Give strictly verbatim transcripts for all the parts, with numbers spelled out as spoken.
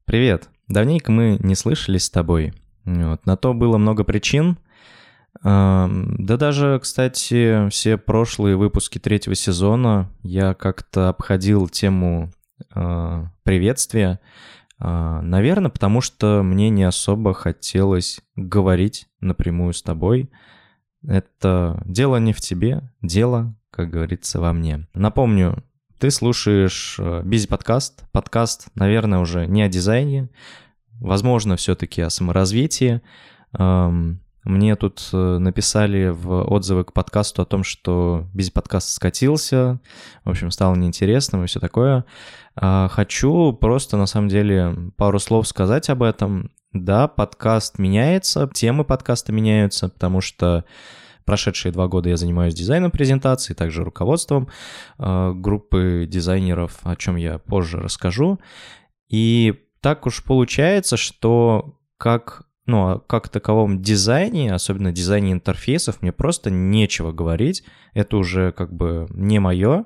Привет. Давненько мы не слышались с тобой. Вот. На то было много причин. Да даже, кстати, все прошлые выпуски третьего сезона я как-то обходил тему приветствия. Наверное, потому что мне не особо хотелось говорить напрямую с тобой. Это дело не в тебе, дело, как говорится, во мне. Напомню, ты слушаешь Busy подкаст. Подкаст, наверное, уже не о дизайне, возможно, все-таки о саморазвитии. Мне тут написали в отзывы к подкасту о том, что Busy подкаст скатился, в общем, стало неинтересным и все такое. Хочу просто, на самом деле, пару слов сказать об этом. Да, подкаст меняется, темы подкаста меняются, потому что прошедшие два года я занимаюсь дизайном презентаций, также руководством э, группы дизайнеров, о чем я позже расскажу. И так уж получается, что как, ну, как о таковом дизайне, особенно дизайне интерфейсов, мне просто нечего говорить. Это уже как бы не мое.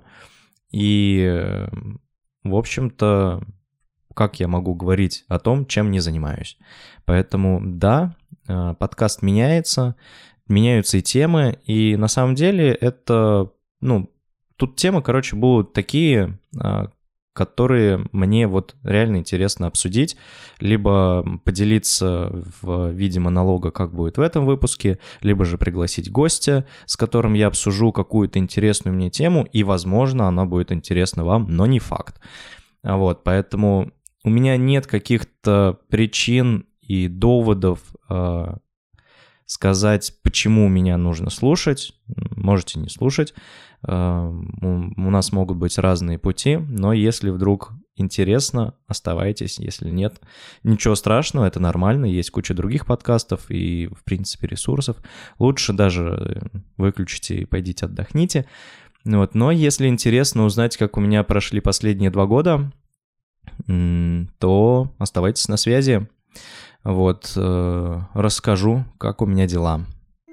И, в общем-то, как я могу говорить о том, чем не занимаюсь? Поэтому да, э, подкаст меняется. Меняются и темы, и на самом деле это, ну, тут темы, короче, будут такие, которые мне вот реально интересно обсудить, либо поделиться в виде монолога, как будет в этом выпуске, либо же пригласить гостя, с которым я обсужу какую-то интересную мне тему, и, возможно, она будет интересна вам, но не факт. Вот, поэтому у меня нет каких-то причин и доводов сказать, почему меня нужно слушать. Можете не слушать. У нас могут быть разные пути, но если вдруг интересно, оставайтесь. Если нет, ничего страшного, это нормально. Есть куча других подкастов и, в принципе, ресурсов. Лучше даже выключите и пойдите отдохните. Вот. Но если интересно узнать, как у меня прошли последние два года, то оставайтесь на связи. Вот, э, расскажу, как у меня дела.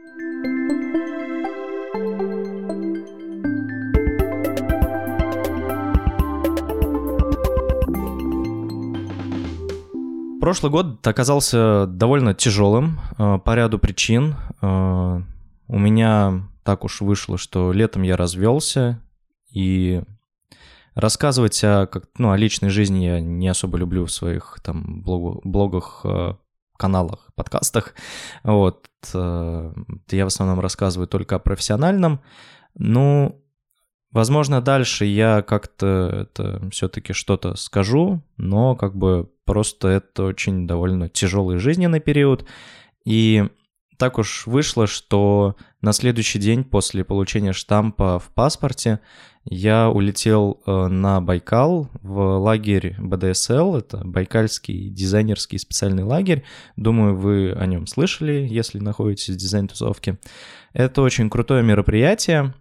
Прошлый год оказался довольно тяжелым э, по ряду причин. Э, у меня так уж вышло, что летом я развелся, и рассказывать о, как, ну, о личной жизни я не особо люблю в своих там блог, блогах, каналах, подкастах. Вот. Я в основном рассказываю только о профессиональном. Ну, возможно, дальше я как-то это все-таки что-то скажу, но как бы просто это очень довольно тяжелый жизненный период. И так уж вышло, что на следующий день после получения штампа в паспорте я улетел на Байкал в лагерь бэ дэ эс эл, это Байкальский дизайнерский специальный лагерь. Думаю, вы о нем слышали, если находитесь в дизайн-тусовке. Это очень крутое мероприятие,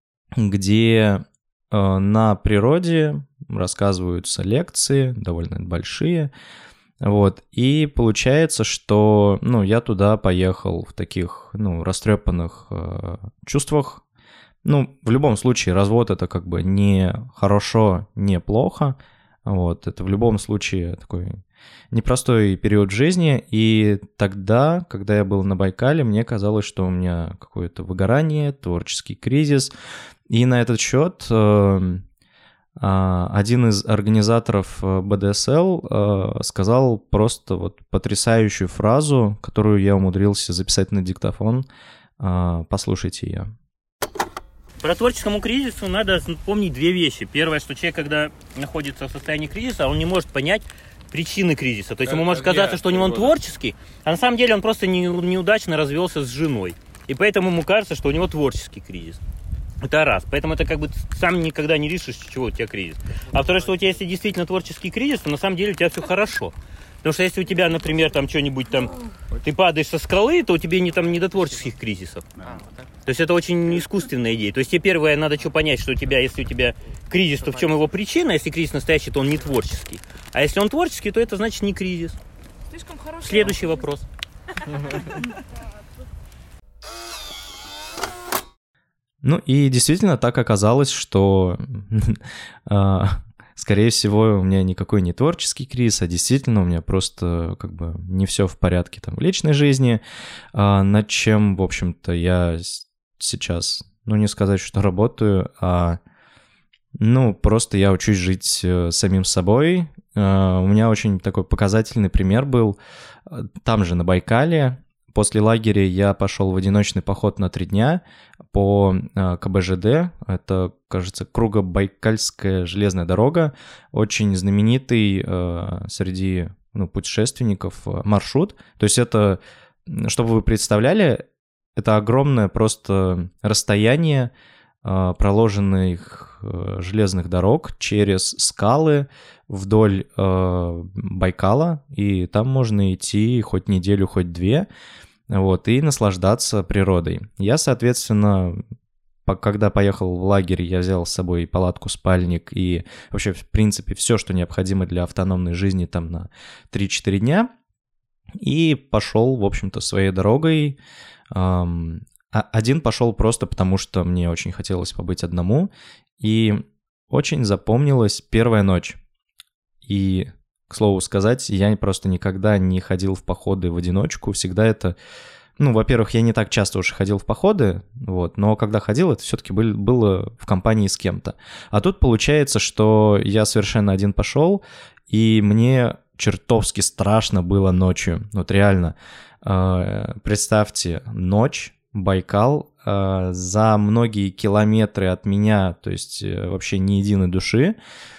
где на природе рассказываются лекции, довольно большие. Вот, и получается, что, ну, я туда поехал в таких, ну, растрепанных э, чувствах. Ну, в любом случае, развод — это как бы не хорошо, не плохо. Вот, это в любом случае такой непростой период жизни. И тогда, когда я был на Байкале, мне казалось, что у меня какое-то выгорание, творческий кризис. И на этот счет э, один из организаторов бэ дэ эс эл сказал просто вот потрясающую фразу, которую я умудрился записать на диктофон. Послушайте ее. Про творческому кризису надо помнить две вещи. Первое, что человек, когда находится в состоянии кризиса, он не может понять причины кризиса. То есть ему может казаться, что у него он творческий, а на самом деле он просто не, неудачно развелся с женой. И поэтому ему кажется, что у него творческий кризис. Это раз. Поэтому это как бы сам никогда не решишь, чего у тебя кризис. А второе, что у тебя, если действительно творческий кризис, то на самом деле у тебя все хорошо. Потому что если у тебя, например, там что-нибудь там, ты падаешь со скалы, то у тебя не, там, не до творческих кризисов. То есть это очень искусственная идея. То есть тебе первое, надо что понять, что у тебя, если у тебя кризис, то в чем его причина? Если кризис настоящий, то он не творческий. А если он творческий, то это значит не кризис. Следующий вопрос. Ну и действительно так оказалось, что скорее всего, у меня никакой не творческий кризис, а действительно у меня просто как бы не все в порядке там в личной жизни, а, над чем, в общем-то, я сейчас, ну, не сказать, что работаю, а, ну, просто я учусь жить э, самим собой. А, у меня очень такой показательный пример был там же, на Байкале. После лагеря я пошел в одиночный поход на три дня по э, ка бэ жэ дэ. Это, кажется, Кругобайкальская железная дорога. Очень знаменитый э, среди ну, путешественников э, маршрут. То есть это, чтобы вы представляли, это огромное просто расстояние э, проложенных э, железных дорог через скалы вдоль э, Байкала. И там можно идти хоть неделю, хоть две. Вот, и наслаждаться природой. Я, соответственно, когда поехал в лагерь, я взял с собой палатку, спальник и вообще, в принципе, все, что необходимо для автономной жизни там на три-четыре дня. И пошел, в общем-то, своей дорогой. Один пошел просто потому, что мне очень хотелось побыть одному. И очень запомнилась первая ночь. И... К слову сказать, я просто никогда не ходил в походы в одиночку. Всегда это... Ну, во-первых, я не так часто уже ходил в походы, вот, но когда ходил, это все-таки был, было в компании с кем-то. А тут получается, что я совершенно один пошел, и мне чертовски страшно было ночью. Вот реально. Э, представьте, ночь, Байкал, э, за многие километры от меня, то есть э, вообще ни единой души.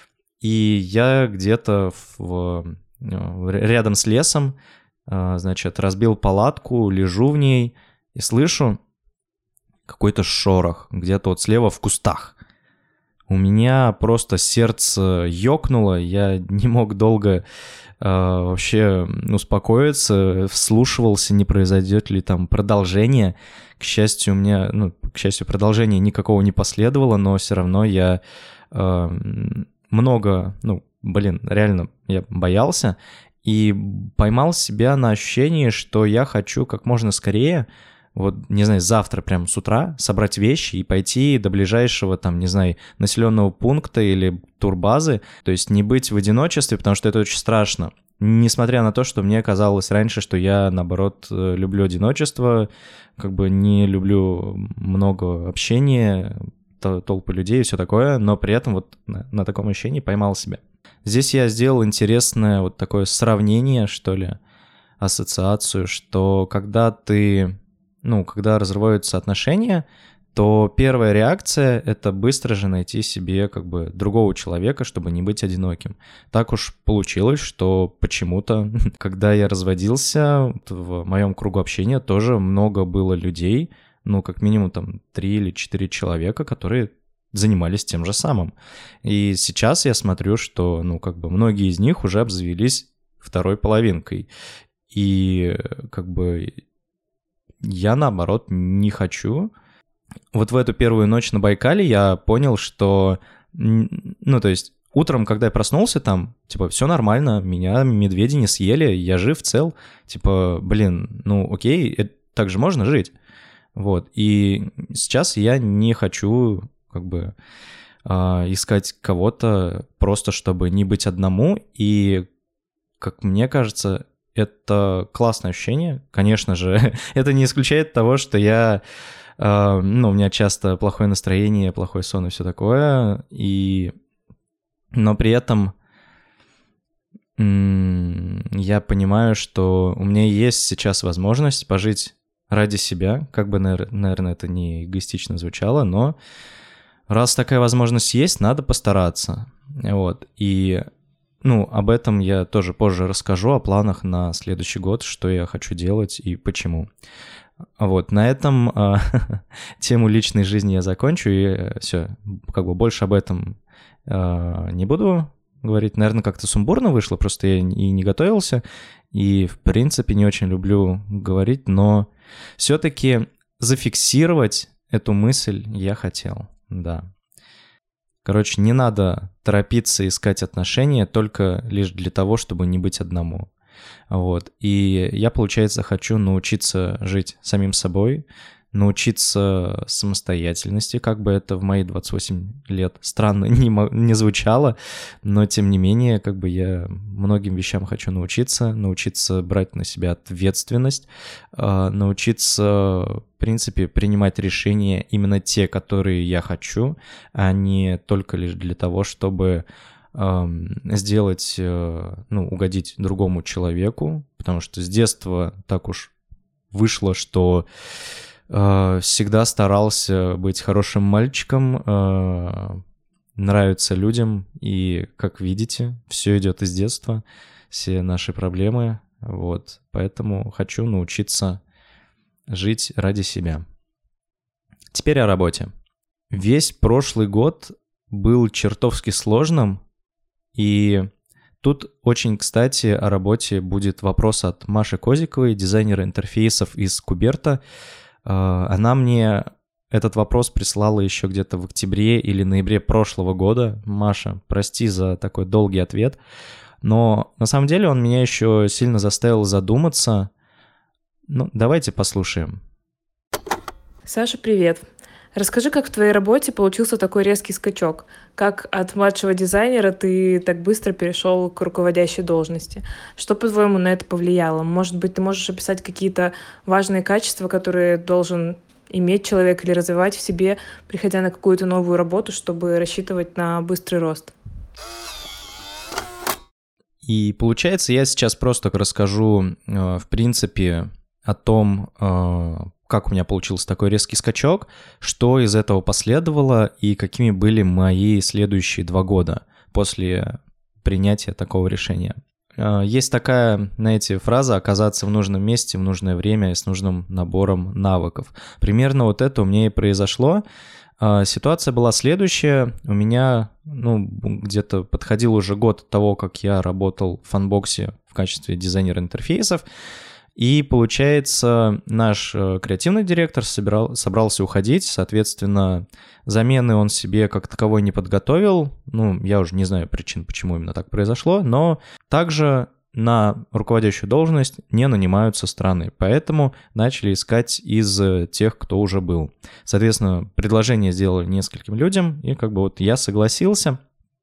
И я где-то в, рядом с лесом, значит, разбил палатку, лежу в ней и слышу какой-то шорох где-то вот слева в кустах. У меня просто сердце ёкнуло, я не мог долго э, вообще успокоиться, вслушивался, не произойдет ли там продолжение. К счастью, у меня, ну, к счастью, продолжения никакого не последовало, но все равно я... Э, много, ну, блин, реально я боялся и поймал себя на ощущении, что я хочу как можно скорее, вот, не знаю, завтра прям с утра собрать вещи и пойти до ближайшего, там, не знаю, населенного пункта или турбазы, то есть не быть в одиночестве, потому что это очень страшно. Несмотря на то, что мне казалось раньше, что я, наоборот, люблю одиночество, как бы не люблю много общения, толпы людей и все такое, но при этом вот на, на таком ощущении поймал себя. Здесь я сделал интересное вот такое сравнение, что ли, ассоциацию, что когда ты, ну, когда разрываются отношения, то первая реакция — это быстро же найти себе как бы другого человека, чтобы не быть одиноким. Так уж получилось, что почему-то, когда я разводился, в моем кругу общения тоже много было людей, ну, как минимум, там, три или четыре человека, которые занимались тем же самым. И сейчас я смотрю, что, ну, как бы многие из них уже обзавелись второй половинкой. И, как бы, я, наоборот, не хочу. Вот в эту первую ночь на Байкале я понял, что, ну, то есть, утром, когда я проснулся там, типа, все нормально, меня медведи не съели, я жив, цел. Типа, блин, ну, окей, так же можно жить. Вот, и сейчас я не хочу, как бы, искать кого-то просто, чтобы не быть одному, и, как мне кажется, это классное ощущение. Конечно же, это не исключает того, что я, ну, у меня часто плохое настроение, плохой сон и все такое, и, но при этом я понимаю, что у меня есть сейчас возможность пожить ради себя, как бы, наверное, это не эгоистично звучало, но раз такая возможность есть, надо постараться. Вот. И, ну, об этом я тоже позже расскажу, о планах на следующий год, что я хочу делать и почему. Вот, на этом э, тему личной жизни я закончу, и все, как бы больше об этом э, не буду говорить. Наверное, как-то сумбурно вышло, просто я и не готовился, и, в принципе, не очень люблю говорить, но все-таки зафиксировать эту мысль я хотел, да. Короче, не надо торопиться искать отношения только лишь для того, чтобы не быть одному. Вот. И я, получается, хочу научиться жить самим собой, научиться самостоятельности, как бы это в мои двадцать восемь лет странно не, не звучало, но тем не менее, как бы я многим вещам хочу научиться, научиться брать на себя ответственность, научиться, в принципе, принимать решения именно те, которые я хочу, а не только лишь для того, чтобы сделать, ну, угодить другому человеку, потому что с детства так уж вышло, что э, всегда старался быть хорошим мальчиком, э, нравиться людям, и, как видите, все идет из детства, все наши проблемы, вот, поэтому хочу научиться жить ради себя. Теперь о работе. Весь прошлый год был чертовски сложным, и тут очень, кстати, о работе будет вопрос от Маши Козиковой, дизайнера интерфейсов из Куберта. Она мне этот вопрос прислала еще где-то в октябре или ноябре прошлого года. Маша, прости за такой долгий ответ, но на самом деле он меня еще сильно заставил задуматься. Ну, давайте послушаем. Саша, привет. Расскажи, как в твоей работе получился такой резкий скачок? Как от младшего дизайнера ты так быстро перешел к руководящей должности? Что, по-твоему, на это повлияло? Может быть, ты можешь описать какие-то важные качества, которые должен иметь человек или развивать в себе, приходя на какую-то новую работу, чтобы рассчитывать на быстрый рост? И получается, я сейчас просто расскажу, в принципе, о том, как у меня получился такой резкий скачок, что из этого последовало и какими были мои следующие два года после принятия такого решения. Есть такая, знаете, фраза «оказаться в нужном месте в нужное время и с нужным набором навыков». Примерно вот это у меня и произошло. Ситуация была следующая. У меня, ну, где-то подходил уже год от того, как я работал в Funbox в качестве дизайнера интерфейсов. И, получается, наш креативный директор собирал, собрался уходить, соответственно, замены он себе как таковой не подготовил. Ну, я уже не знаю причин, почему именно так произошло, но также на руководящую должность не нанимают со стороны, поэтому начали искать из тех, кто уже был. Соответственно, предложение сделали нескольким людям, и как бы вот я согласился.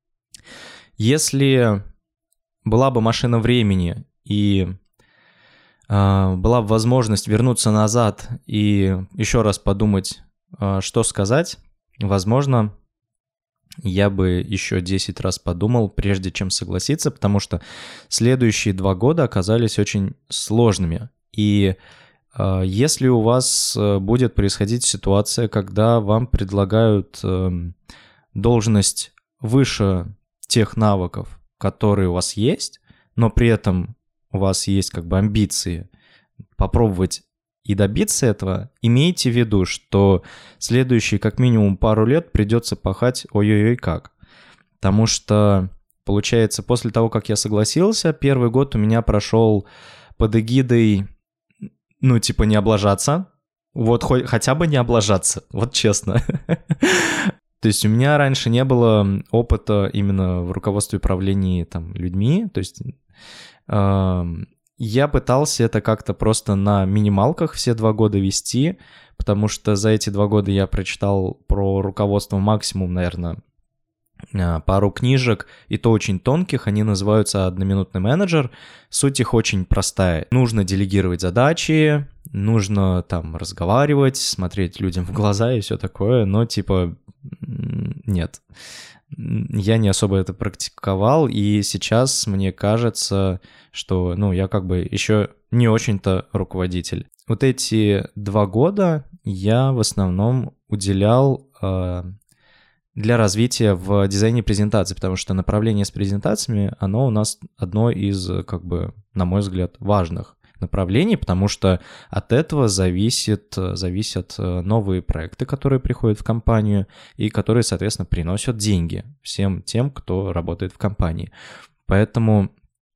Если была бы машина времени и была бы возможность вернуться назад и еще раз подумать, что сказать, возможно, я бы еще десять раз подумал, прежде чем согласиться, потому что следующие два года оказались очень сложными. И если у вас будет происходить ситуация, когда вам предлагают должность выше тех навыков, которые у вас есть, но при этом у вас есть как бы амбиции попробовать и добиться этого, имейте в виду, что следующие как минимум пару лет придется пахать ой-ой-ой как. Потому что, получается, после того, как я согласился, первый год у меня прошел под эгидой, ну, типа, не облажаться. Вот хоть, хотя бы не облажаться, вот честно. То есть у меня раньше не было опыта именно в руководстве и управлении там, людьми, то есть... Я пытался это как-то просто на минималках все два года вести, потому что за эти два года я прочитал про руководство максимум, наверное, пару книжек, и то очень тонких, они называются «Одноминутный менеджер». Суть их очень простая. Нужно делегировать задачи, нужно там разговаривать, смотреть людям в глаза и все такое, но типа нет. Я не особо это практиковал, и сейчас мне кажется, что, ну, я как бы еще не очень-то руководитель. Вот эти два года я в основном уделял э, для развития в дизайне презентаций, потому что направление с презентациями, оно у нас одно из, как бы, на мой взгляд, важных направлений, потому что от этого зависит, зависят новые проекты, которые приходят в компанию и которые, соответственно, приносят деньги всем тем, кто работает в компании. Поэтому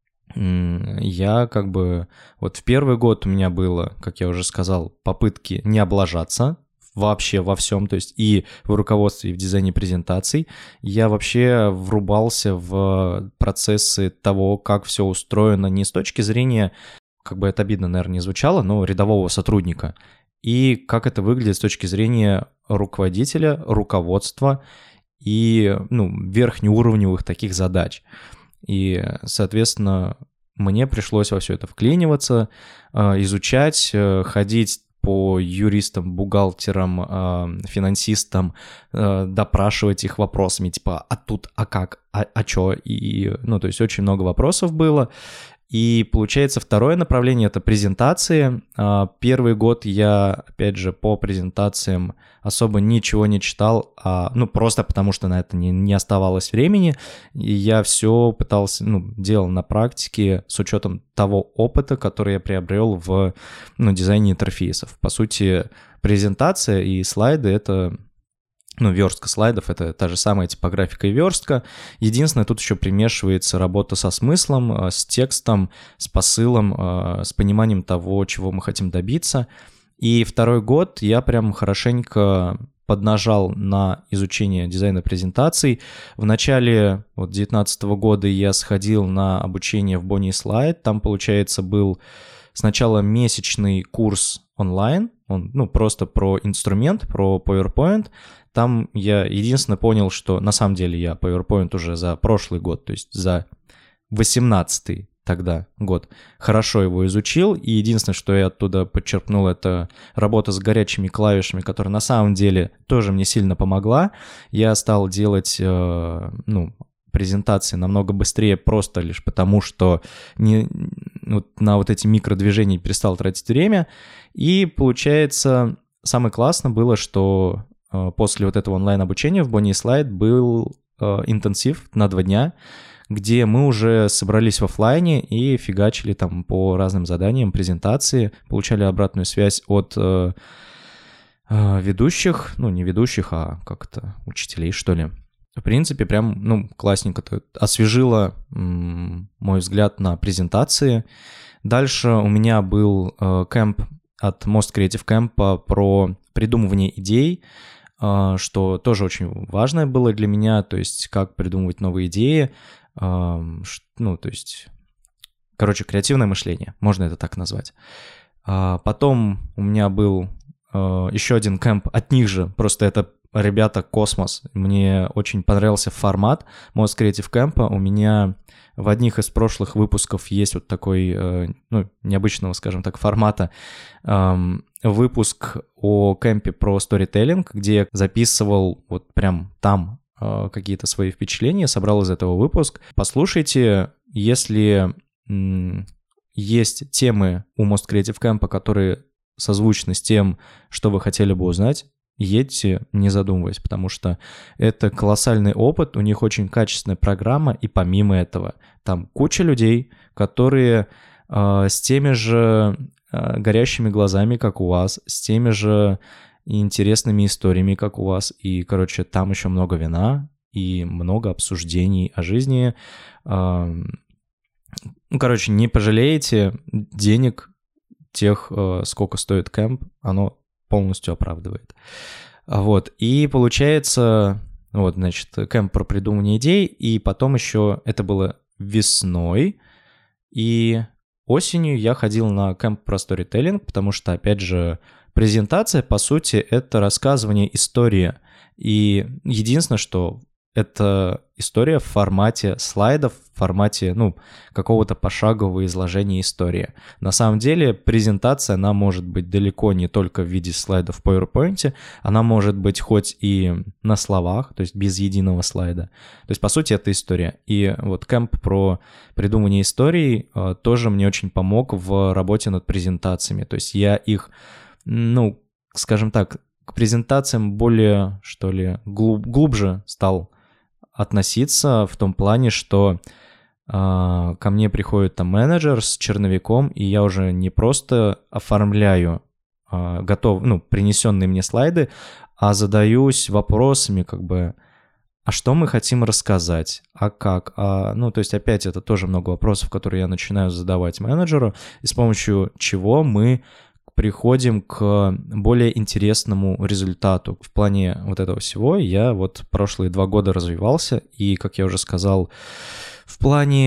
я как бы... Вот в первый год у меня было, как я уже сказал, попытки не облажаться вообще во всем, то есть и в руководстве, и в дизайне презентаций. Я вообще врубался в процессы того, как все устроено не с точки зрения, как бы это обидно, наверное, не звучало, но рядового сотрудника. и как это выглядит с точки зрения руководителя, руководства и, ну, верхнеуровневых таких задач. И, соответственно, мне пришлось во все это вклиниваться, изучать, ходить по юристам, бухгалтерам, финансистам, допрашивать их вопросами, типа, а тут, а как, а, а чё? И, ну, то есть очень много вопросов было. И получается, второе направление — это презентации. Первый год я, опять же, по презентациям особо ничего не читал, а, ну, просто потому что на это не, не оставалось времени, и я все пытался, ну, делал на практике с учетом того опыта, который я приобрел в, ну, дизайне интерфейсов. По сути, презентация и слайды — это... Ну, верстка слайдов — это та же самая типографика и верстка. Единственное, тут еще примешивается работа со смыслом, с текстом, с посылом, с пониманием того, чего мы хотим добиться. И второй год я прям хорошенько поднажал на изучение дизайна презентаций. В начале вот, две тысячи девятнадцатого года я сходил на обучение в Bonnie Slide. Там, получается, был сначала месячный курс онлайн, он, ну, просто про инструмент, про PowerPoint. Там я единственное понял, что на самом деле я PowerPoint уже за прошлый год, то есть за восемнадцатый тогда год, хорошо его изучил. И единственное, что я оттуда подчеркнул, это работа с горячими клавишами, которая на самом деле тоже мне сильно помогла. Я стал делать, э, ну, презентации намного быстрее просто лишь потому, что не, вот, на вот эти микродвижения перестал тратить время. И получается, самое классное было, что после вот этого онлайн-обучения в Bonnie Slide был э, интенсив на два дня, где мы уже собрались в офлайне и фигачили там по разным заданиям, презентации, получали обратную связь от э, э, ведущих, ну не ведущих, а как-то учителей, что ли. В принципе, прям, ну, классненько освежило м- мой взгляд на презентации. Дальше у меня был э, кэмп от Most Creative Camp про придумывание идей, что тоже очень важное было для меня, то есть как придумывать новые идеи, ну, то есть, короче, креативное мышление, можно это так назвать. Потом у меня был еще один кэмп от них же, просто это ребята космос, мне очень понравился формат Most Creative Camp. У меня в одних из прошлых выпусков есть вот такой, ну, необычного, скажем так, формата выпуск о кемпе про сторителлинг, где я записывал вот прям там какие-то свои впечатления, собрал из этого выпуск. Послушайте, если есть темы у Most Creative Camp, которые созвучны с тем, что вы хотели бы узнать, едьте, не задумываясь, потому что это колоссальный опыт, у них очень качественная программа, и помимо этого там куча людей, которые э, с теми же э, горящими глазами, как у вас, с теми же интересными историями, как у вас, и, короче, там еще много вина и много обсуждений о жизни. Э, ну, короче, не пожалеете денег тех, э, сколько стоит кэмп, оно полностью оправдывает. Вот, и получается, вот, значит, кэмп про придумывание идей, и потом еще это было весной, и осенью я ходил на кэмп про сторителлинг, потому что, опять же, презентация, по сути, это рассказывание истории, и единственное, что это история в формате слайдов, в формате, ну, какого-то пошагового изложения истории. На самом деле презентация, она может быть далеко не только в виде слайдов в PowerPoint, она может быть хоть и на словах, то есть без единого слайда. То есть, по сути, это история. И вот кэмп про придумывание историй э, тоже мне очень помог в работе над презентациями. То есть я их, ну, скажем так, к презентациям более, что ли, глуб, глубже стал относиться в том плане, что э, ко мне приходит там менеджер с черновиком, и я уже не просто оформляю э, готов, ну, принесенные мне слайды, а задаюсь вопросами, как бы, а что мы хотим рассказать, а как, а, ну, то есть опять это тоже много вопросов, которые я начинаю задавать менеджеру, и с помощью чего мы приходим к более интересному результату. В плане вот этого всего я вот прошлые два года развивался, и, как я уже сказал, в плане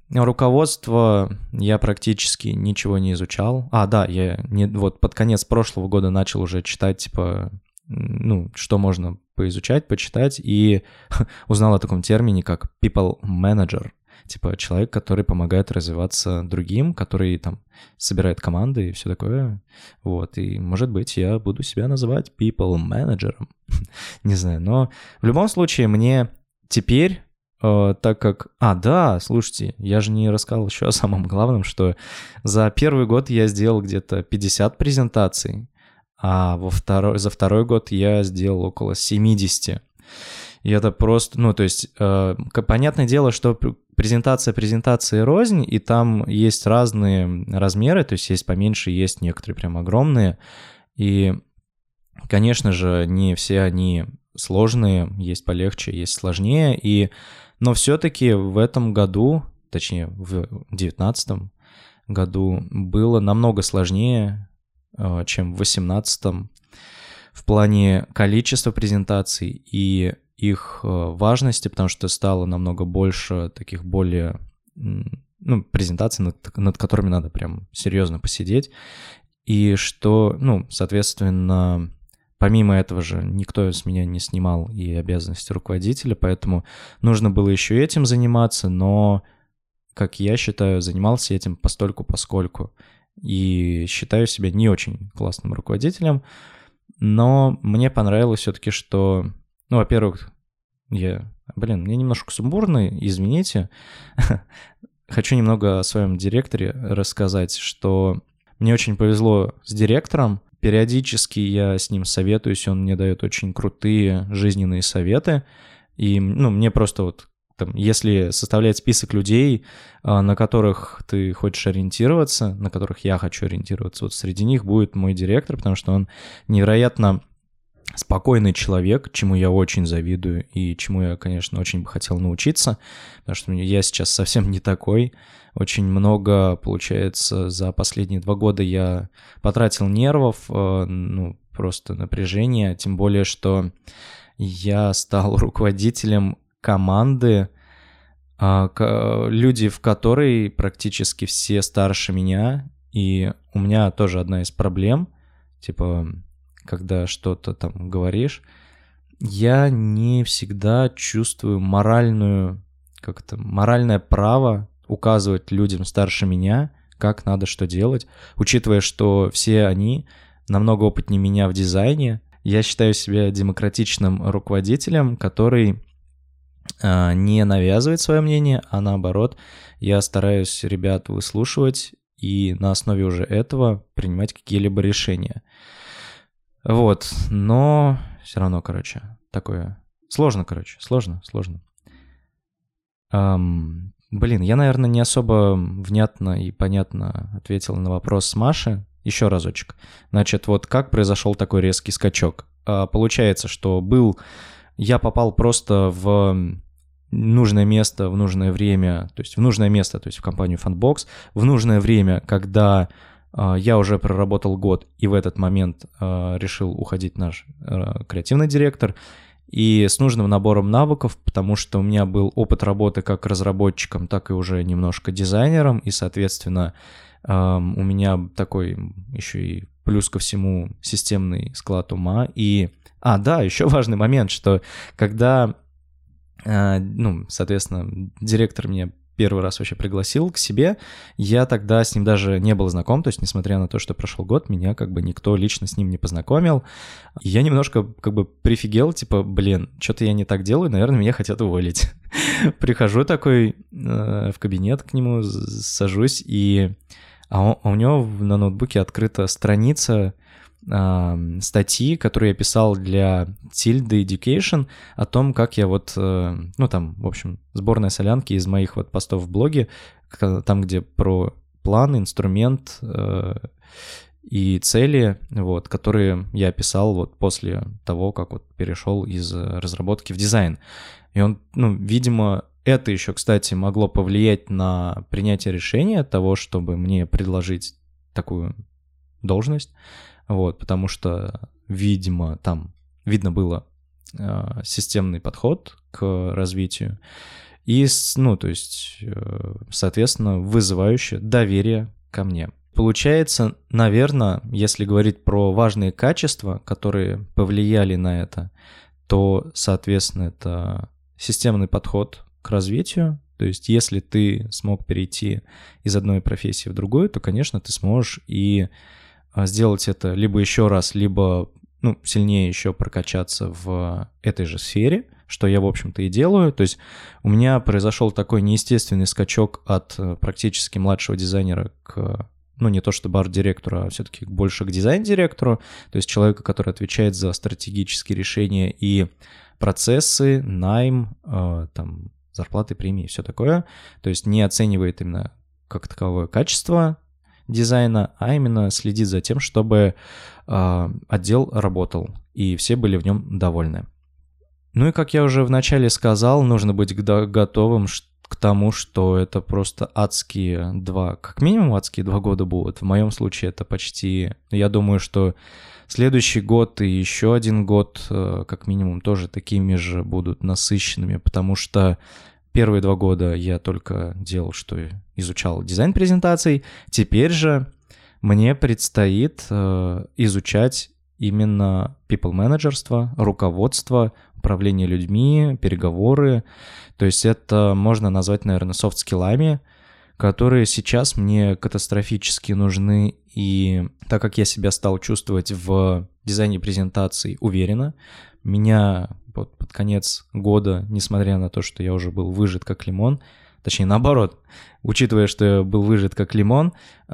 руководство я практически ничего не изучал. А, да, я не, вот под конец прошлого года начал уже читать, типа, ну, что можно поизучать, почитать, и узнал о таком термине, как people manager. Типа человек, который помогает развиваться другим, который там собирает команды и все такое. Вот, и, может быть, я буду себя называть people manager. Не знаю, но в любом случае мне теперь, э, так как... А, да, слушайте, я же не рассказал еще о самом главном, что за первый год я сделал где-то пятьдесят презентаций, а во второй, за второй год я сделал около семьдесят. И это просто, ну, то есть, э, понятное дело, что презентация презентации рознь, и там есть разные размеры, то есть есть поменьше, есть некоторые прям огромные, и, конечно же, не все они сложные, есть полегче, есть сложнее, и, но все-таки в этом году, точнее, в девятнадцатом году было намного сложнее, э, чем в восемнадцатом, в плане количества презентаций и их важности, потому что стало намного больше таких более, ну, презентаций, над, над которыми надо прям серьезно посидеть, и что, ну, соответственно, помимо этого же никто с меня не снимал и обязанности руководителя, поэтому нужно было еще этим заниматься, но, как я считаю, занимался этим постольку-поскольку, и считаю себя не очень классным руководителем, но мне понравилось все-таки, что... Ну, во-первых, я... Блин, мне немножко сумбурно, извините. Хочу немного о своем директоре рассказать, что мне очень повезло с директором. Периодически я с ним советуюсь, он мне дает очень крутые жизненные советы. И, ну, мне просто вот, там, если составлять список людей, на которых ты хочешь ориентироваться, на которых я хочу ориентироваться, вот среди них будет мой директор, потому что он невероятно... спокойный человек, чему я очень завидую и чему я, конечно, очень бы хотел научиться, потому что я сейчас совсем не такой. Очень много, получается, за последние два года я потратил нервов, ну, просто напряжения, тем более, что я стал руководителем команды, люди в которой практически все старше меня, и у меня тоже одна из проблем, типа... когда что-то там говоришь, я не всегда чувствую моральную, как это, моральное право указывать людям старше меня, как надо что делать, учитывая, что все они намного опытнее меня в дизайне. Я считаю себя демократичным руководителем, который а, не навязывает свое мнение, а наоборот, я стараюсь ребят выслушивать и на основе уже этого принимать какие-либо решения. Вот, но все равно, короче, такое... Сложно, короче, сложно, сложно. Эм, блин, я, наверное, не особо внятно и понятно ответил на вопрос с Маши. Еще разочек. Значит, вот как произошел такой резкий скачок? Э, получается, что был... Я попал просто в нужное место в нужное время, то есть в нужное место, то есть в компанию Fundbox, в нужное время, когда... Я уже проработал год, и в этот момент э, решил уходить наш э, креативный директор, и с нужным набором навыков, потому что у меня был опыт работы как разработчиком, так и уже немножко дизайнером, и, соответственно, э, у меня такой еще и плюс ко всему системный склад ума. И, а, да, еще важный момент, что когда, э, ну, соответственно, директор меня первый раз вообще пригласил к себе, я тогда с ним даже не был знаком, то есть несмотря на то, что прошел год, меня как бы никто лично с ним не познакомил. И я немножко как бы прифигел, типа, блин, что-то я не так делаю, наверное, меня хотят уволить. Прихожу такой э, в кабинет к нему, сажусь, и а, он, а у него на ноутбуке открыта страница э, статьи, которую я писал для Tilda Education, о том, как я вот, э, ну там, в общем, сборная солянки из моих вот постов в блоге, там, где про план, инструмент э, и цели, вот, которые я писал вот после того, как вот перешел из разработки в дизайн. И он, ну, видимо, это еще, кстати, могло повлиять на принятие решения того, чтобы мне предложить такую должность, вот, потому что, видимо, там видно было э, системный подход к развитию. и, ну, то есть, соответственно, вызывающее доверие ко мне. Получается, наверное, если говорить про важные качества, которые повлияли на это, то, соответственно, это системный подход к развитию. То есть, если ты смог перейти из одной профессии в другую, то, конечно, ты сможешь и сделать это либо еще раз, либо, ну, сильнее еще прокачаться в этой же сфере, что я, в общем-то, и делаю. То есть у меня произошел такой неестественный скачок от практически младшего дизайнера к, ну, не то чтобы арт-директору, а все-таки больше к дизайн-директору, то есть человека, который отвечает за стратегические решения и процессы, найм, э, там, зарплаты, премии и все такое. То есть не оценивает именно как таковое качество дизайна, а именно следит за тем, чтобы э, отдел работал и все были в нем довольны. Ну и, как я уже вначале сказал, нужно быть готовым к тому, что это просто адские два, как минимум адские два года будут. В моем случае это почти, я думаю, что следующий год и еще один год, как минимум, тоже такими же будут насыщенными, потому что первые два года я только делал, что изучал дизайн презентаций. Теперь же мне предстоит изучать именно people-менеджерство, руководство, управление людьми, переговоры. То есть это можно назвать, наверное, софт-скиллами, которые сейчас мне катастрофически нужны. И так как я себя стал чувствовать в дизайне презентаций уверенно, меня под, под конец года, несмотря на то, что я уже был выжат как лимон, точнее, наоборот, учитывая, что я был выжат как лимон,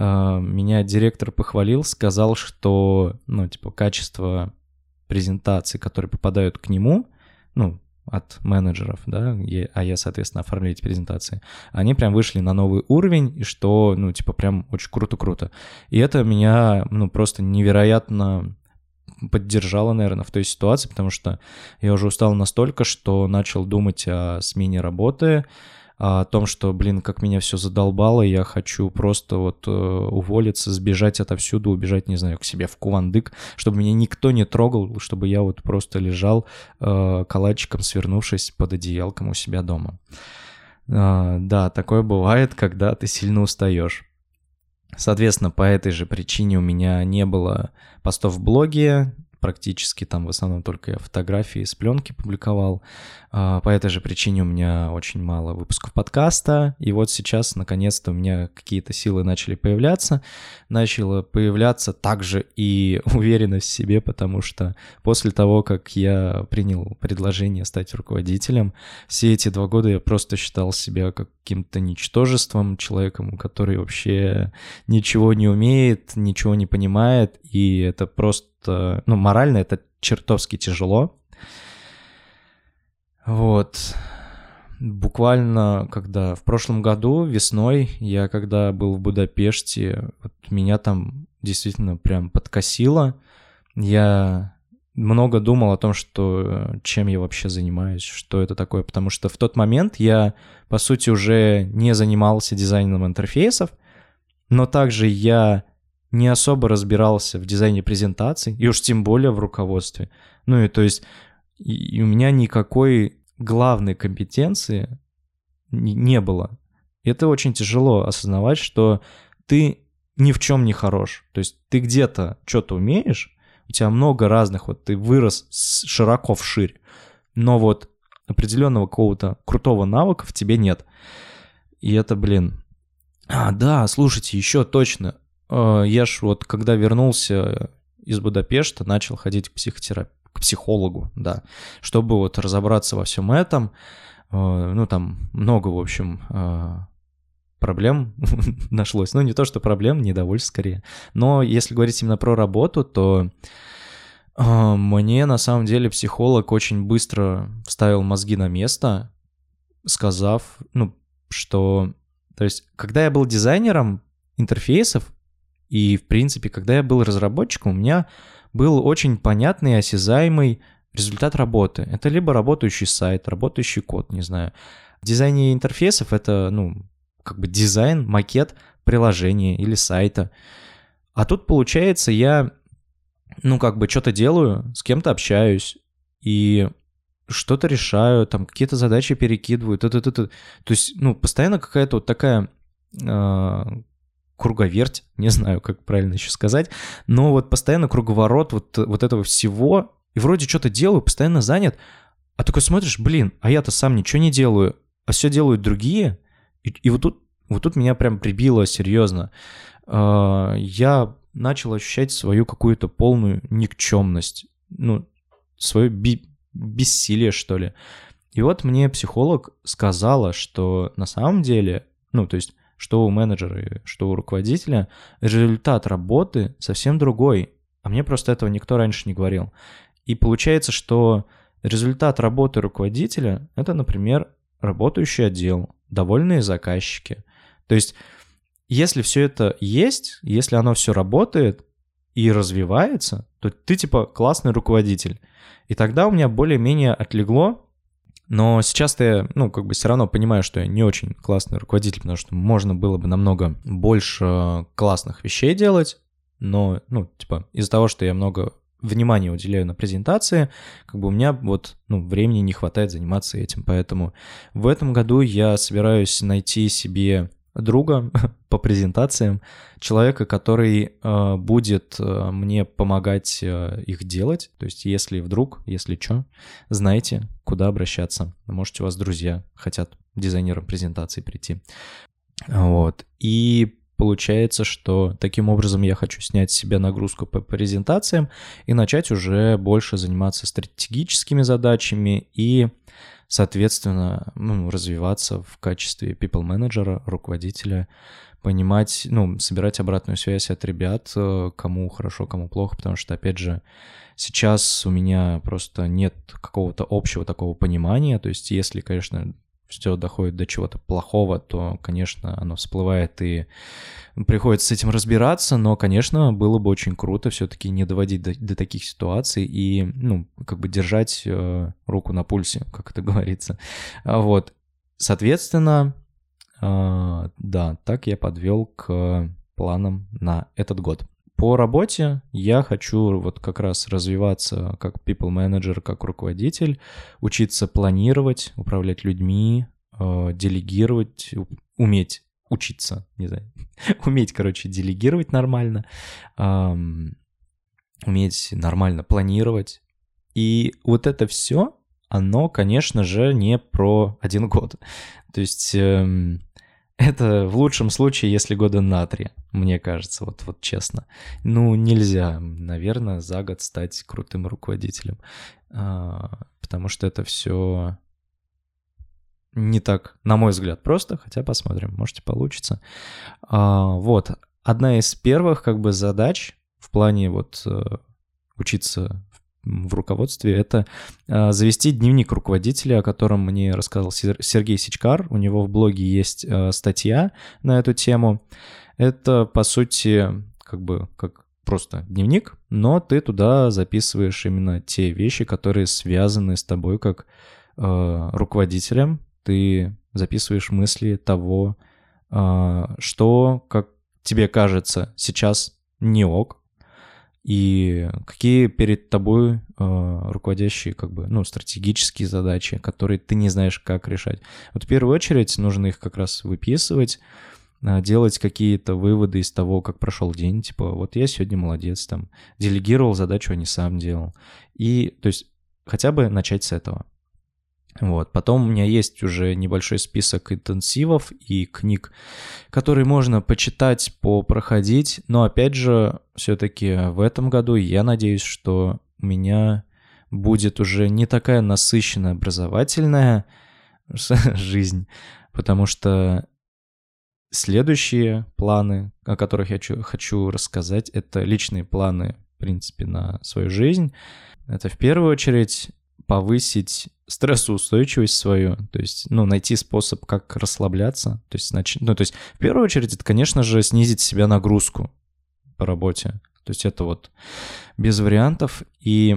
меня директор похвалил, сказал, что, ну, типа, качество презентаций, которые попадают к нему, ну, от менеджеров, да, а я, соответственно, оформляю эти презентации, они прям вышли на новый уровень, и что, ну, типа, прям очень круто-круто. И это меня, ну, просто невероятно поддержало, наверное, в той ситуации, потому что я уже устал настолько, что начал думать о смене работы, о том, что, блин, как меня все задолбало, я хочу просто вот э, уволиться, сбежать отовсюду, убежать, не знаю, к себе в Кувандык, чтобы меня никто не трогал, чтобы я вот просто лежал э, калачиком, свернувшись под одеялком у себя дома. Э, да, такое бывает, когда ты сильно устаешь. Соответственно, по этой же причине у меня не было постов в блоге, практически там в основном только я фотографии с пленки публиковал. По этой же причине у меня очень мало выпусков подкаста. И вот сейчас, наконец-то, у меня какие-то силы начали появляться. Начала появляться также и уверенность в себе, потому что после того, как я принял предложение стать руководителем, все эти два года я просто считал себя каким-то ничтожеством, человеком, который вообще ничего не умеет, ничего не понимает, и это просто, ну, морально это чертовски тяжело. Вот. Буквально, когда в прошлом году, весной, я когда был в Будапеште, вот меня там действительно прям подкосило. Я много думал о том, что чем я вообще занимаюсь, что это такое, потому что в тот момент я, по сути, уже не занимался дизайном интерфейсов, но также я не особо разбирался в дизайне презентаций, и уж тем более в руководстве. Ну и то есть и, и у меня никакой главной компетенции не было. И это очень тяжело осознавать, что ты ни в чем не хорош. То есть ты где-то что-то умеешь, у тебя много разных, вот ты вырос широко вширь, но вот определенного какого-то крутого навыка в тебе нет. И это, блин... А, да, слушайте, еще точно. Я ж вот, когда вернулся из Будапешта, начал ходить к психотерапевту, к психологу, да, чтобы вот разобраться во всем этом. Ну, там много, в общем, проблем нашлось. Ну, не то, что проблем, недовольств скорее. Но если говорить именно про работу, то мне на самом деле психолог очень быстро вставил мозги на место, сказав, ну, что... То есть, когда я был дизайнером интерфейсов, и, в принципе, когда я был разработчиком, у меня был очень понятный и осязаемый результат работы. Это либо работающий сайт, работающий код, не знаю. В дизайне интерфейсов это, ну, как бы дизайн, макет приложения или сайта. А тут, получается, я, ну, как бы что-то делаю, с кем-то общаюсь, и что-то решаю, там какие-то задачи перекидываю, т-т-т-т. То есть, ну, постоянно какая-то вот такая э, круговерть, не знаю, как правильно еще сказать, но вот постоянно круговорот вот, вот этого всего, и вроде что-то делаю, постоянно занят, а такой смотришь, блин, а я-то сам ничего не делаю, а все делают другие, и, и вот тут, вот тут меня прям прибило серьезно. Э, я начал ощущать свою какую-то полную никчемность, ну, свое би- бессилие, что ли. И вот мне психолог сказала, что на самом деле, ну, то есть, что у менеджера, что у руководителя, результат работы совсем другой, а мне просто этого никто раньше не говорил. И получается, что результат работы руководителя — это, например, работающий отдел, довольные заказчики. То есть, если все это есть, если оно все работает и развивается, то ты типа классный руководитель. И тогда у меня более-менее отлегло, но сейчас-то я, ну, как бы все равно понимаю, что я не очень классный руководитель, потому что можно было бы намного больше классных вещей делать, но, ну, типа, из-за того, что я много внимания уделяю на презентации, как бы у меня вот, ну, времени не хватает заниматься этим, поэтому в этом году я собираюсь найти себе друга по презентациям, человека, который э, будет э, мне помогать э, их делать. То есть если вдруг, если что, знаете, куда обращаться. Может, у вас друзья хотят дизайнером презентации прийти. Вот. И получается, что таким образом я хочу снять с себя нагрузку по презентациям и начать уже больше заниматься стратегическими задачами и, соответственно, ну, развиваться в качестве people-менеджера, руководителя, понимать, ну, собирать обратную связь от ребят, кому хорошо, кому плохо, потому что, опять же, сейчас у меня просто нет какого-то общего такого понимания, то есть если, конечно, все доходит до чего-то плохого, то, конечно, оно всплывает и приходится с этим разбираться, но, конечно, было бы очень круто все-таки не доводить до, до таких ситуаций и, ну, как бы держать э, руку на пульсе, как это говорится. Вот, соответственно, э, да, так я подвел к планам на этот год. По работе я хочу вот как раз развиваться как people manager, как руководитель, учиться планировать, управлять людьми, э, делегировать, уметь учиться, не знаю, уметь, короче, делегировать нормально, э, уметь нормально планировать. И вот это все, оно, конечно же, не про один год. То есть... Э, Это в лучшем случае, если года на три, мне кажется, вот, вот честно. Ну, нельзя, наверное, за год стать крутым руководителем, потому что это все не так, на мой взгляд, просто, хотя посмотрим, может и получится. Вот, одна из первых как бы задач в плане вот учиться в руководстве — это э, завести дневник руководителя, о котором мне рассказал Сергей Сичкар. У него в блоге есть э, статья на эту тему. Это, по сути, как бы как просто дневник, но ты туда записываешь именно те вещи, которые связаны с тобой как э, руководителем. Ты записываешь мысли того, э, что, как тебе кажется, сейчас не ок, и какие перед тобой э, руководящие, как бы, ну, стратегические задачи, которые ты не знаешь, как решать. Вот в первую очередь нужно их как раз выписывать, э, делать какие-то выводы из того, как прошел день. Типа, вот я сегодня молодец, там, делегировал задачу, а не сам делал. И, то есть, хотя бы начать с этого. Вот. Потом у меня есть уже небольшой список интенсивов и книг, которые можно почитать, попроходить, но опять же, все-таки в этом году я надеюсь, что у меня будет уже не такая насыщенная образовательная жизнь, потому что следующие планы, о которых я хочу рассказать, это личные планы, в принципе, на свою жизнь. Это в первую очередь повысить стрессоустойчивость свою, то есть, ну, найти способ, как расслабляться, то есть, нач... ну, то есть, в первую очередь, это, конечно же, снизить себе нагрузку по работе, то есть, это вот без вариантов, и,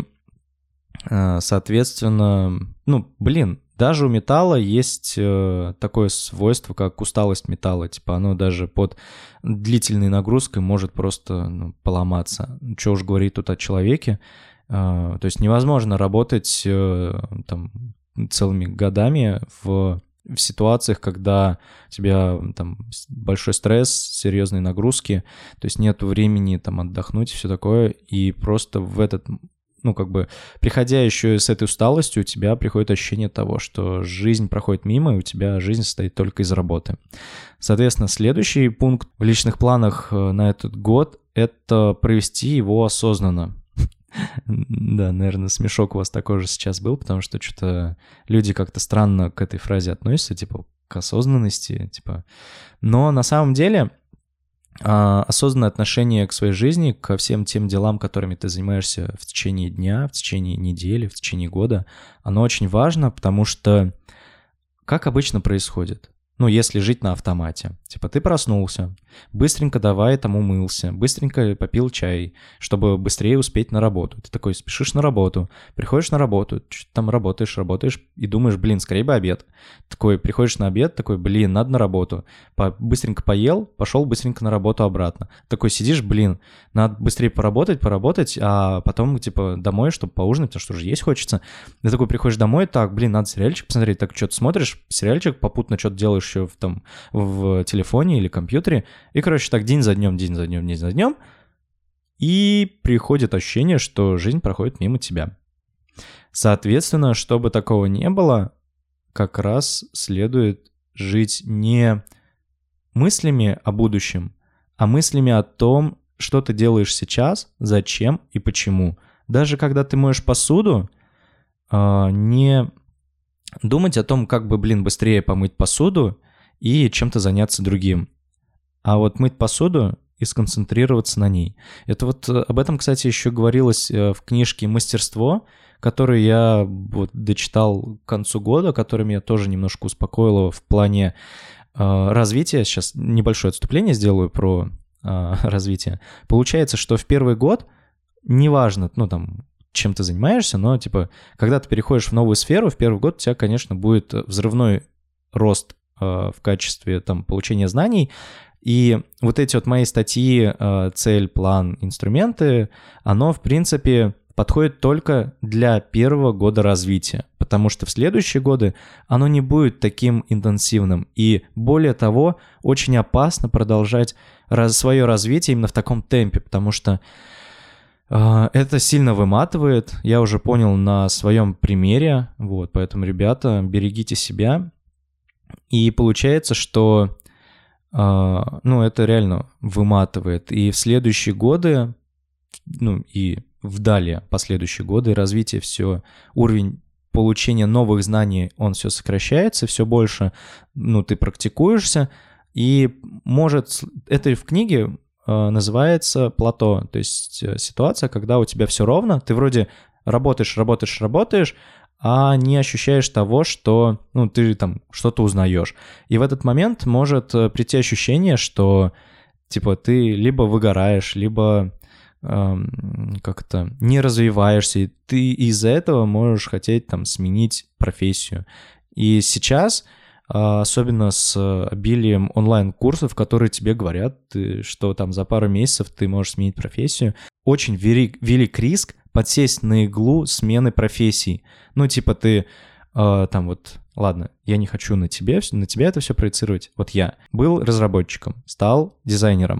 соответственно, ну, блин, даже у металла есть такое свойство, как усталость металла, типа, оно даже под длительной нагрузкой может просто, ну, поломаться, что уж говорить тут о человеке. То есть невозможно работать там целыми годами в, в ситуациях, когда у тебя там большой стресс, серьезные нагрузки, то есть нет времени там отдохнуть и все такое, и просто в этот, ну как бы, приходя еще с этой усталостью, у тебя приходит ощущение того, что жизнь проходит мимо, и у тебя жизнь состоит только из работы. Соответственно, следующий пункт в личных планах на этот год — это провести его осознанно. Да, наверное, смешок у вас такой же сейчас был, потому что что-то люди как-то странно к этой фразе относятся, типа, к осознанности, типа. Но на самом деле осознанное отношение к своей жизни, ко всем тем делам, которыми ты занимаешься в течение дня, в течение недели, в течение года, оно очень важно, потому что как обычно происходит? Ну, если жить на автомате. Типа ты проснулся, быстренько давай там умылся, быстренько попил чай, чтобы быстрее успеть на работу. Ты такой спешишь на работу, приходишь на работу, там работаешь, работаешь и думаешь, блин, скорее бы обед. Такой приходишь на обед, такой, блин, надо на работу. По- быстренько поел, пошел быстренько на работу обратно. Такой сидишь, блин, надо быстрее поработать, поработать, а потом типа домой, чтобы поужинать, потому что уже есть хочется. Ты такой приходишь домой, так, блин, надо сериальчик посмотреть, так что-то смотришь, сериальчик, попутно что-то делаешь еще в, там, в телефоне или компьютере. И, короче, так день за днем, день за днем, день за днем. И приходит ощущение, что жизнь проходит мимо тебя. Соответственно, чтобы такого не было, как раз следует жить не мыслями о будущем, а мыслями о том, что ты делаешь сейчас, зачем и почему. Даже когда ты моешь посуду, не думать о том, как бы, блин, быстрее помыть посуду и чем-то заняться другим. А вот мыть посуду и сконцентрироваться на ней. Это вот об этом, кстати, еще говорилось в книжке «Мастерство», которую я вот дочитал к концу года, которая меня тоже немножко успокоила в плане э, развития. Сейчас небольшое отступление сделаю про э, развитие. Получается, что в первый год, неважно, ну там, чем ты занимаешься, но типа, когда ты переходишь в новую сферу, в первый год у тебя, конечно, будет взрывной рост э, в качестве там получения знаний. И вот эти вот мои статьи, э, цель, план, инструменты, оно, в принципе, подходит только для первого года развития, потому что в следующие годы оно не будет таким интенсивным. И более того, очень опасно продолжать раз, свое развитие именно в таком темпе, потому что э, это сильно выматывает. Я уже понял на своем примере, вот, поэтому, ребята, берегите себя. И получается, что э, ну, это реально выматывает. И в следующие годы, ну, и в далее последующие годы развитие все, уровень получения новых знаний, он все сокращается, все больше, ну, ты практикуешься, и может, это в книге э, называется плато, то есть ситуация, когда у тебя все ровно, ты вроде работаешь, работаешь, работаешь, а не ощущаешь того, что, ну, ты там что-то узнаешь. И в этот момент может прийти ощущение, что, типа, ты либо выгораешь, либо как-то не развиваешься, и ты из-за этого можешь хотеть там сменить профессию. И сейчас, особенно с обилием онлайн-курсов, которые тебе говорят, что там за пару месяцев ты можешь сменить профессию, очень велик, велик риск подсесть на иглу смены профессий. Ну, типа ты там вот, ладно, я не хочу на тебе, на тебя это все проецировать. Вот я был разработчиком, стал дизайнером,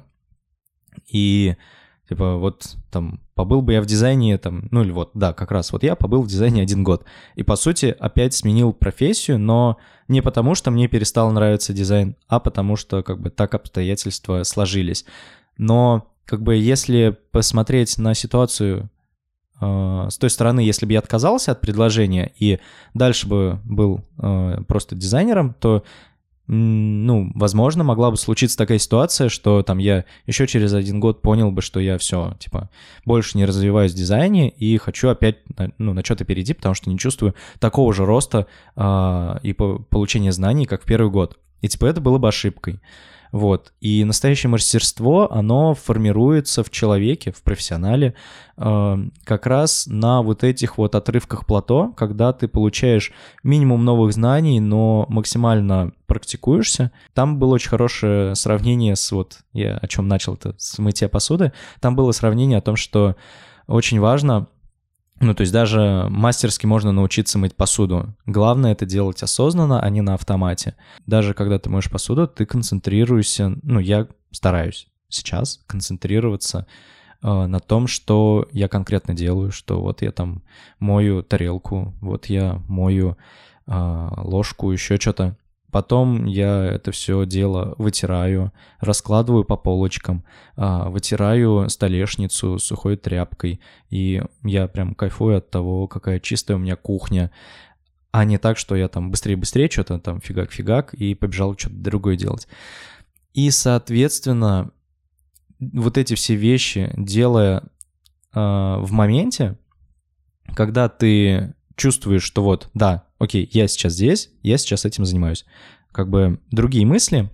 и типа вот там побыл бы я в дизайне, там, ну или вот, да, как раз вот я побыл в дизайне один год. И по сути опять сменил профессию, но не потому, что мне перестал нравиться дизайн, а потому что как бы так обстоятельства сложились. Но как бы если посмотреть на ситуацию э, с той стороны, если бы я отказался от предложения и дальше бы был э, просто дизайнером, то ну, возможно, могла бы случиться такая ситуация, что там я еще через один год понял бы, что я все, типа, больше не развиваюсь в дизайне и хочу опять, ну, на что-то перейти, потому что не чувствую такого же роста а, и по- получения знаний, как в первый год. И, типа, это было бы ошибкой. Вот. И настоящее мастерство, оно формируется в человеке, в профессионале, э, как раз на вот этих вот отрывках плато, когда ты получаешь минимум новых знаний, но максимально практикуешься. Там было очень хорошее сравнение с вот, я о чем начал-то, с мытья посуды. Там было сравнение о том, что очень важно Ну, то есть даже мастерски можно научиться мыть посуду. Главное это делать осознанно, а не на автомате. Даже когда ты моешь посуду, ты концентрируешься, ну, я стараюсь сейчас концентрироваться э, на том, что я конкретно делаю, что вот я там мою тарелку, вот я мою э, ложку, еще что-то. Потом я это все дело вытираю, раскладываю по полочкам, вытираю столешницу сухой тряпкой, и я прям кайфую от того, какая чистая у меня кухня, а не так, что я там быстрее-быстрее что-то там фигак-фигак и побежал что-то другое делать. И, соответственно, вот эти все вещи, делая в моменте, когда ты чувствуешь, что вот, да, окей, я сейчас здесь, я сейчас этим занимаюсь. Как бы другие мысли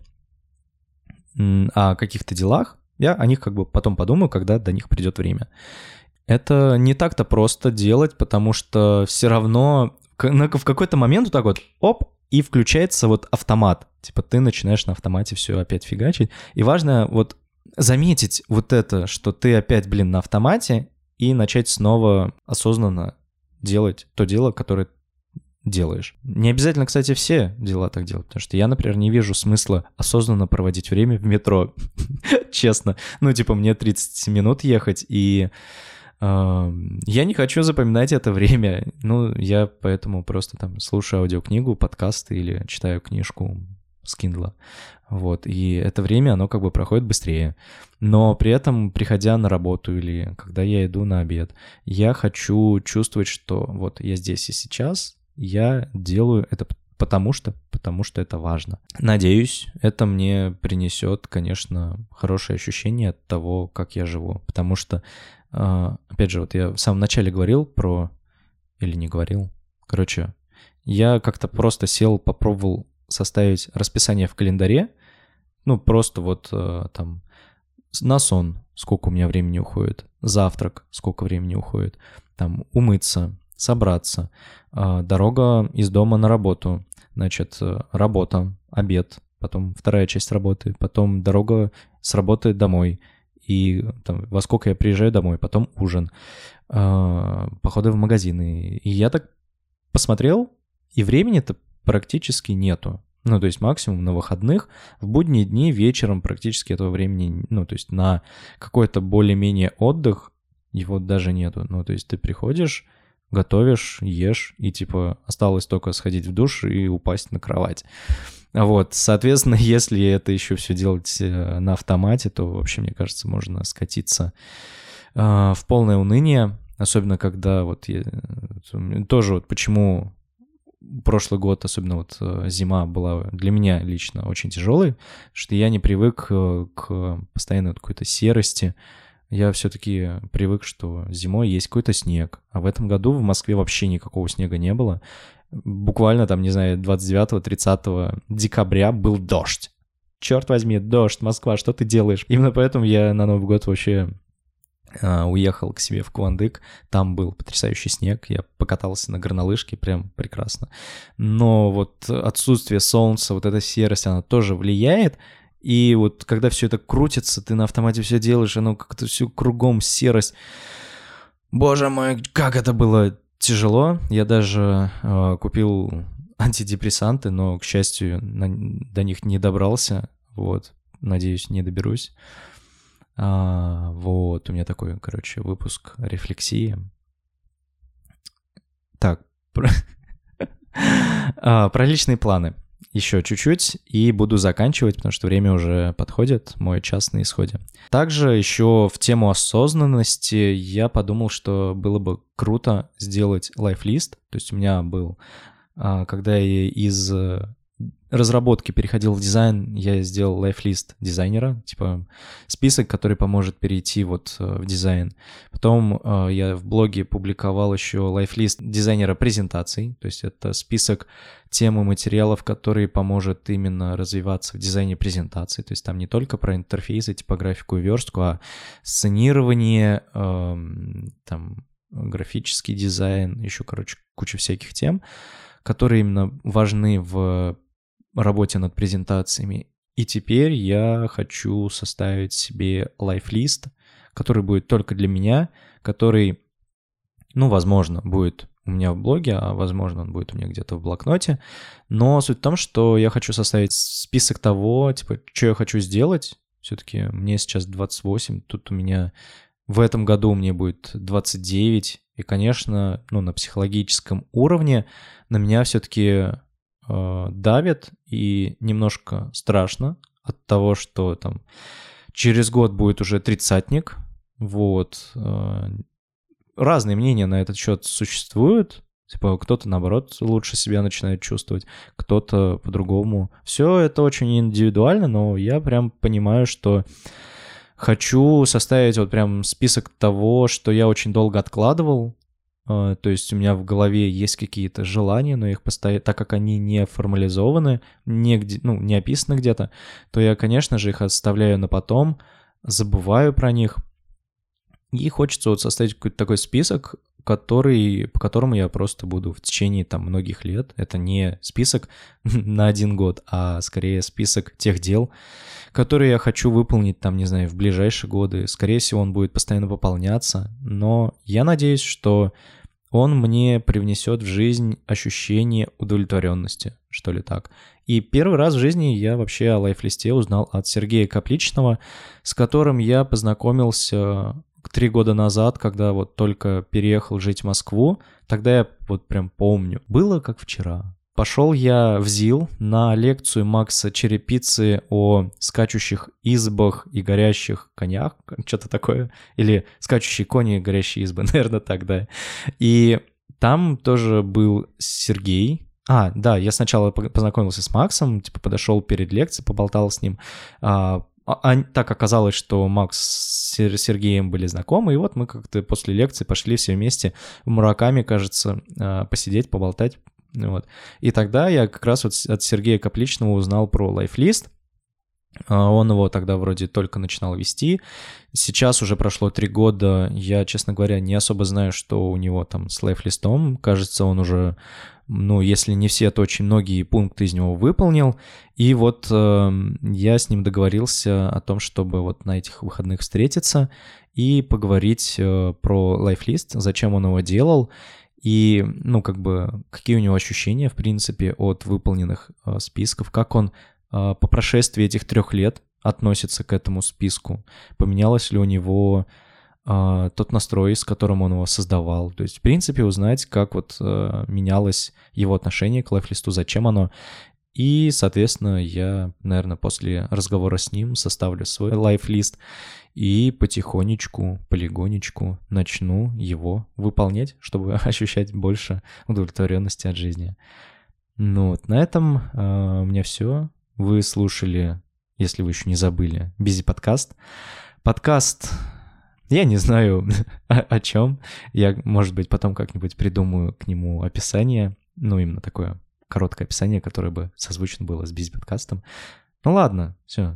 о каких-то делах, я о них как бы потом подумаю, когда до них придет время. Это не так-то просто делать, потому что все равно в какой-то момент вот так вот, оп, и включается вот автомат. Типа ты начинаешь на автомате все опять фигачить. И важно вот заметить вот это, что ты опять, блин, на автомате, и начать снова осознанно делать то дело, которое делаешь. Не обязательно, кстати, все дела так делать, потому что я, например, не вижу смысла осознанно проводить время в метро, честно. Ну, типа, мне тридцать минут ехать, и э, я не хочу запоминать это время. Ну, я поэтому просто там слушаю аудиокнигу, подкасты или читаю книжку с Kindle. Вот, и это время, оно как бы проходит быстрее. Но при этом, приходя на работу или когда я иду на обед, я хочу чувствовать, что вот я здесь и сейчас, я делаю это потому что, потому что это важно. Надеюсь, это мне принесет, конечно, хорошее ощущение от того, как я живу. Потому что, опять же, вот я в самом начале говорил про... Или не говорил. Короче, я как-то просто сел, попробовал составить расписание в календаре. Ну, просто вот там на сон сколько у меня времени уходит, завтрак сколько времени уходит, там умыться, собраться, дорога из дома на работу, значит, работа, обед, потом вторая часть работы, потом дорога с работы домой, и там, во сколько я приезжаю домой, потом ужин, походы в магазины. И я так посмотрел, и времени-то практически нету. Ну, то есть максимум на выходных, в будние дни вечером практически этого времени, ну, то есть на какой-то более-менее отдых его даже нету. Ну, то есть ты приходишь, готовишь, ешь, и типа осталось только сходить в душ и упасть на кровать. Вот, соответственно, если это еще все делать на автомате, то вообще, мне кажется, можно скатиться э, в полное уныние, особенно когда вот я, тоже вот почему... Прошлый год, особенно вот зима, была для меня лично очень тяжелой, что я не привык к постоянной какой-то серости. Я все-таки привык, что зимой есть какой-то снег, а в этом году в Москве вообще никакого снега не было. Буквально там, не знаю, двадцать девятого-тридцатого декабря был дождь. Черт возьми, дождь, Москва, что ты делаешь? Именно поэтому я на Новый год вообще... уехал к себе в Кувандык, там был потрясающий снег, я покатался на горнолыжке, прям прекрасно. Но вот отсутствие солнца, вот эта серость, она тоже влияет, и вот когда все это крутится, ты на автомате все делаешь, оно как-то все кругом серость. Боже мой, как это было тяжело. Я даже э, купил антидепрессанты, но, к счастью, на, до них не добрался, вот, надеюсь, не доберусь. А, вот, у меня такой, короче, выпуск рефлексии. Так, про, а, про личные планы. Еще чуть-чуть и буду заканчивать, потому что время уже подходит, мой час на исходе. Также еще в тему осознанности я подумал, что было бы круто сделать лайфлист. То есть у меня был, когда я из... разработки переходил в дизайн, я сделал лайфлист дизайнера, типа список, который поможет перейти вот в дизайн. Потом э, я в блоге публиковал еще лайфлист дизайнера презентаций, то есть это список тем и материалов, которые поможет именно развиваться в дизайне презентаций, то есть там не только про интерфейсы, типографику и верстку, а сценирование, э, там графический дизайн, еще, короче, куча всяких тем, которые именно важны в работе над презентациями. И теперь я хочу составить себе лайфлист, который будет только для меня, который Ну, возможно, будет у меня в блоге, а возможно, он будет у меня где-то в блокноте. Но суть в том, что я хочу составить список того, типа, что я хочу сделать. Все-таки мне сейчас двадцать восемь, тут у меня в этом году мне будет двадцать девять. И, конечно, ну, на психологическом уровне на меня все-таки э, давит и немножко страшно от того, что там через год будет уже тридцатник. Вот. Разные мнения на этот счет существуют. Типа кто-то, наоборот, лучше себя начинает чувствовать, кто-то по-другому. Все это очень индивидуально, но я прям понимаю, что хочу составить вот прям список того, что я очень долго откладывал. То есть у меня в голове есть какие-то желания, но их постоянно, так как они не формализованы, не, где, ну, не описаны где-то, то я, конечно же, их оставляю на потом, забываю про них. И хочется вот составить какой-то такой список, который, по которому я просто буду в течение там многих лет. Это не список на один год, а скорее список тех дел, которые я хочу выполнить там, не знаю, в ближайшие годы. Скорее всего, он будет постоянно пополняться, но я надеюсь, что он мне привнесет в жизнь ощущение удовлетворенности, что ли так. И первый раз в жизни я вообще о лайфлисте узнал от Сергея Капличного, с которым я познакомился три года назад, когда вот только переехал жить в Москву. Тогда я вот прям помню. Было как вчера. Пошел я в ЗИЛ на лекцию Макса Черепицы о скачущих избах и горящих конях, что-то такое. Или скачущие кони и горящие избы, наверное, так, да. И там тоже был Сергей. А, да, я сначала познакомился с Максом, типа подошел перед лекцией, поболтал с ним. А, а, так оказалось, что Макс с Сергеем были знакомы, и вот мы как-то после лекции пошли все вместе в Мураками, кажется, посидеть, поболтать. Вот. И тогда я как раз вот от Сергея Капличного узнал про лайфлист. Он его тогда вроде только начинал вести. Сейчас уже прошло три года. Я, честно говоря, не особо знаю, что у него там с лайфлистом. Кажется, он уже, ну, если не все, то очень многие пункты из него выполнил. И вот э, я с ним договорился о том, чтобы вот на этих выходных встретиться и поговорить э, про лайфлист, зачем он его делал. И, ну, как бы, какие у него ощущения, в принципе, от выполненных э, списков, как он э, по прошествии этих трех лет относится к этому списку, поменялось ли у него э, тот настрой, с которым он его создавал. То есть, в принципе, узнать, как вот э, менялось его отношение к лайфлисту, зачем оно. И, соответственно, я, наверное, после разговора с ним составлю свой лайфлист и потихонечку, полигонечку начну его выполнять, чтобы ощущать больше удовлетворенности от жизни. Ну вот, на этом э, у меня все. Вы слушали, если вы еще не забыли, Busy подкаст. Подкаст, я не знаю о, о чем. Я, может быть, потом как-нибудь придумаю к нему описание, ну, именно такое короткое описание, которое бы созвучно было с Busy подкастом. Ну ладно, все.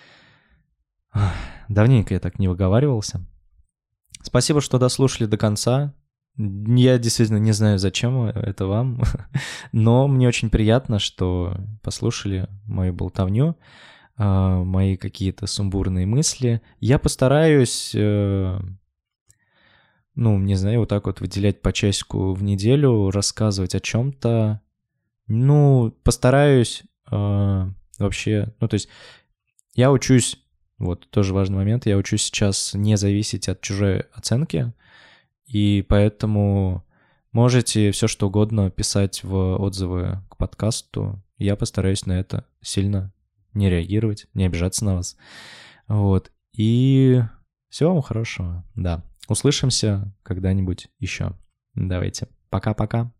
Давненько я так не выговаривался. Спасибо, что дослушали до конца. Я действительно не знаю, зачем это вам, но мне очень приятно, что послушали мою болтовню, мои какие-то сумбурные мысли. Я постараюсь, ну, не знаю, вот так вот выделять по часику в неделю, рассказывать о чем-то. Ну, постараюсь вообще, ну, то есть я учусь. Вот, тоже важный момент. Я учусь сейчас не зависеть от чужой оценки, и поэтому можете все что угодно писать в отзывы к подкасту. Я постараюсь на это сильно не реагировать, не обижаться на вас. Вот, и всего вам хорошего. Да, услышимся когда-нибудь еще. Давайте, пока-пока.